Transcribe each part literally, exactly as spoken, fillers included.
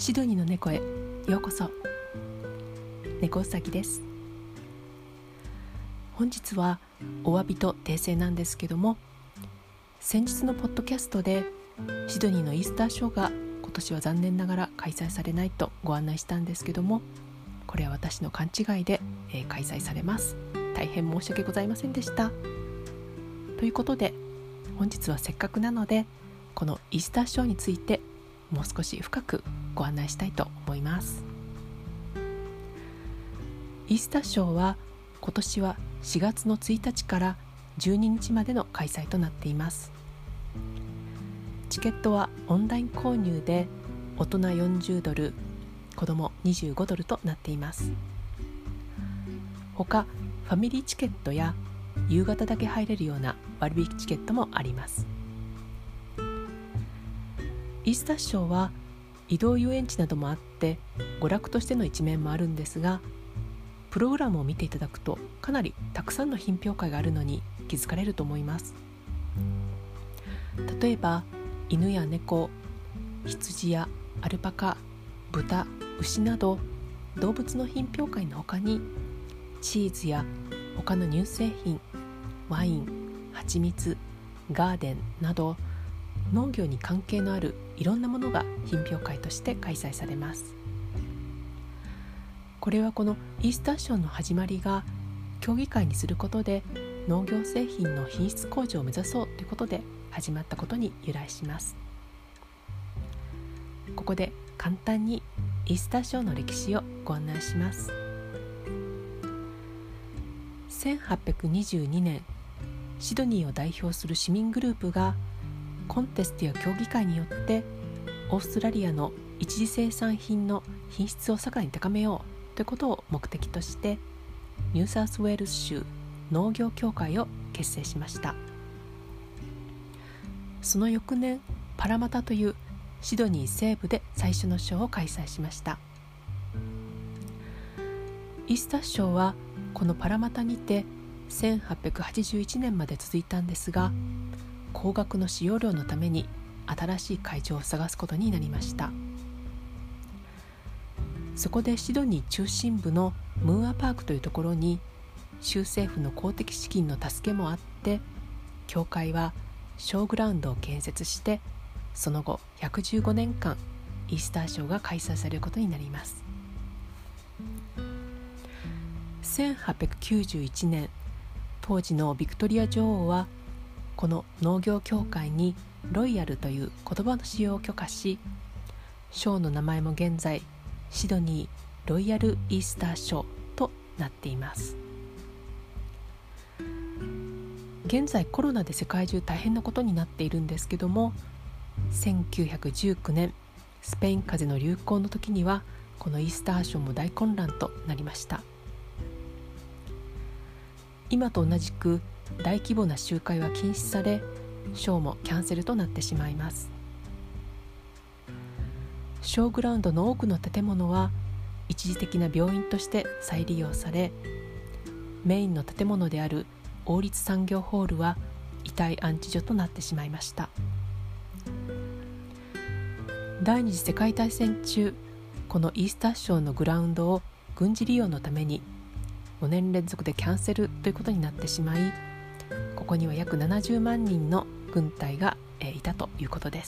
シドニーの猫へようこそ。猫うさぎです。本日はお詫びと訂正なんですけども、先日のポッドキャストでシドニーのイースターショーが今年は残念ながら開催されないとご案内したんですけども、これは私の勘違いで、えー、開催されます。大変申し訳ございませんでした。ということで本日はせっかくなのでこのイースターショーについてもう少し深くご案内したいと思います。イースターショーは今年はしがつのついたちからじゅうににちまでの開催となっています。チケットはオンライン購入で大人よんじゅうドル、子供にじゅうごドルとなっています。他ファミリーチケットや夕方だけ入れるような割引チケットもあります。イースターショーは移動遊園地などもあって娯楽としての一面もあるんですが、プログラムを見ていただくとかなりたくさんの品評会があるのに気づかれると思います。例えば犬や猫、羊やアルパカ、豚、牛など動物の品評会の他にチーズや他の乳製品、ワイン、蜂蜜、ガーデンなど農業に関係のあるいろんなものが品評会として開催されます。これはこのイースターショーの始まりが協議会にすることで農業製品の品質向上を目指そうということで始まったことに由来します。ここで簡単にイースターショーの歴史をご案内します。せんはっぴゃくにじゅうにねん、シドニーを代表する市民グループがコンテストや協議会によってオーストラリアの一次生産品の品質をさらに高めようということを目的としてニューサウスウェールズ州農業協会を結成しました。その翌年、パラマタというシドニー西部で最初のショーを開催しました。イースターショーはこのパラマタにてせんはっぴゃくはちじゅういちねんまで続いたんですが、高額の使用料のために新しい会場を探すことになりました。そこでシドニー中心部のムーアパークというところに州政府の公的資金の助けもあって協会はショーグラウンドを建設して、その後ひゃくじゅうごねんかんイースターショーが開催されることになります。せんはっぴゃくきゅうじゅういちねん、当時のビクトリア女王はこの農業協会にロイヤルという言葉の使用を許可し、ショーの名前も現在シドニーロイヤルイースターショーとなっています。現在コロナで世界中大変なことになっているんですけども、せんきゅうひゃくじゅうきゅうねんスペイン風邪の流行の時にはこのイースターショーも大混乱となりました。今と同じく大規模な集会は禁止され、ショーもキャンセルとなってしまいます。ショーグラウンドの多くの建物は一時的な病院として再利用され、メインの建物である王立産業ホールは遺体安置所となってしまいました。第二次世界大戦中、このイースターショーのグラウンドを軍事利用のためにごねん連続でキャンセルということになってしまい、ここには約ななじゅうまんにんの軍隊がいたということです。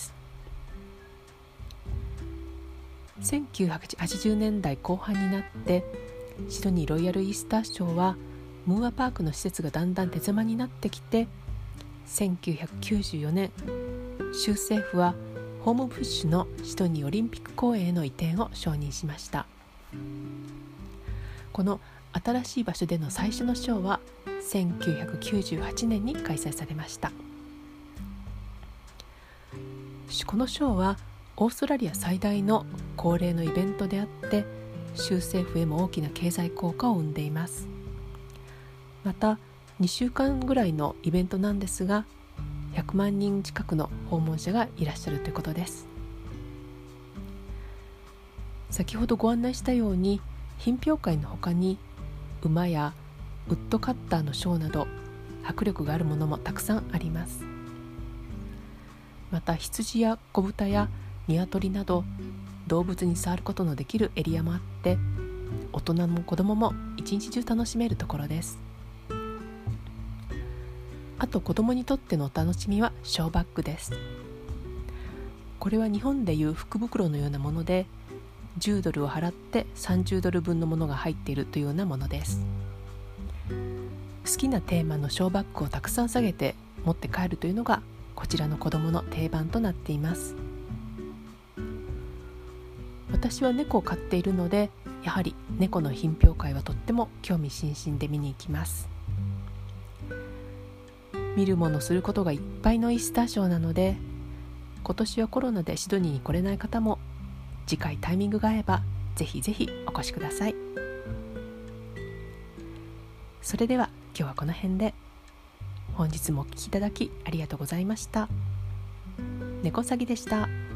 せんきゅうひゃくはちじゅうねんだいこう半になってシドニーロイヤルイースターショーはムーアパークの施設がだんだん手狭になってきて、せんきゅうひゃくきゅうじゅうよねん州政府はホームブッシュのシドニーオリンピック公園への移転を承認しました。この新しい場所での最初のショーはせんきゅうひゃくきゅうじゅうはちねんに開催されました。このショーはオーストラリア最大の恒例のイベントであって、州政府へも大きな経済効果を生んでいます。またにしゅうかんぐらいのイベントなんですが、ひゃくまんにん近くの訪問者がいらっしゃるということです。先ほどご案内したように、品評会の他に馬やウッドカッターのショーなど迫力があるものもたくさんあります。また羊や子豚や鶏など動物に触ることのできるエリアもあって、大人も子供も一日中楽しめるところです。あと子供にとってのお楽しみはショーバッグです。これは日本でいう福袋のようなもので、じゅうドルを払ってさんじゅうドル分のものが入っているというようなものです。好きなテーマのショーバッグをたくさん下げて持って帰るというのがこちらの子供の定番となっています。私は猫を飼っているので、やはり猫の品評会はとっても興味津々で見に行きます。見るものすることがいっぱいのイースターショーなので、今年はコロナでシドニーに来れない方も次回タイミングが合えばぜひぜひお越しください。それでは今日はこの辺で。本日もお聞きいただきありがとうございました。猫さぎでした。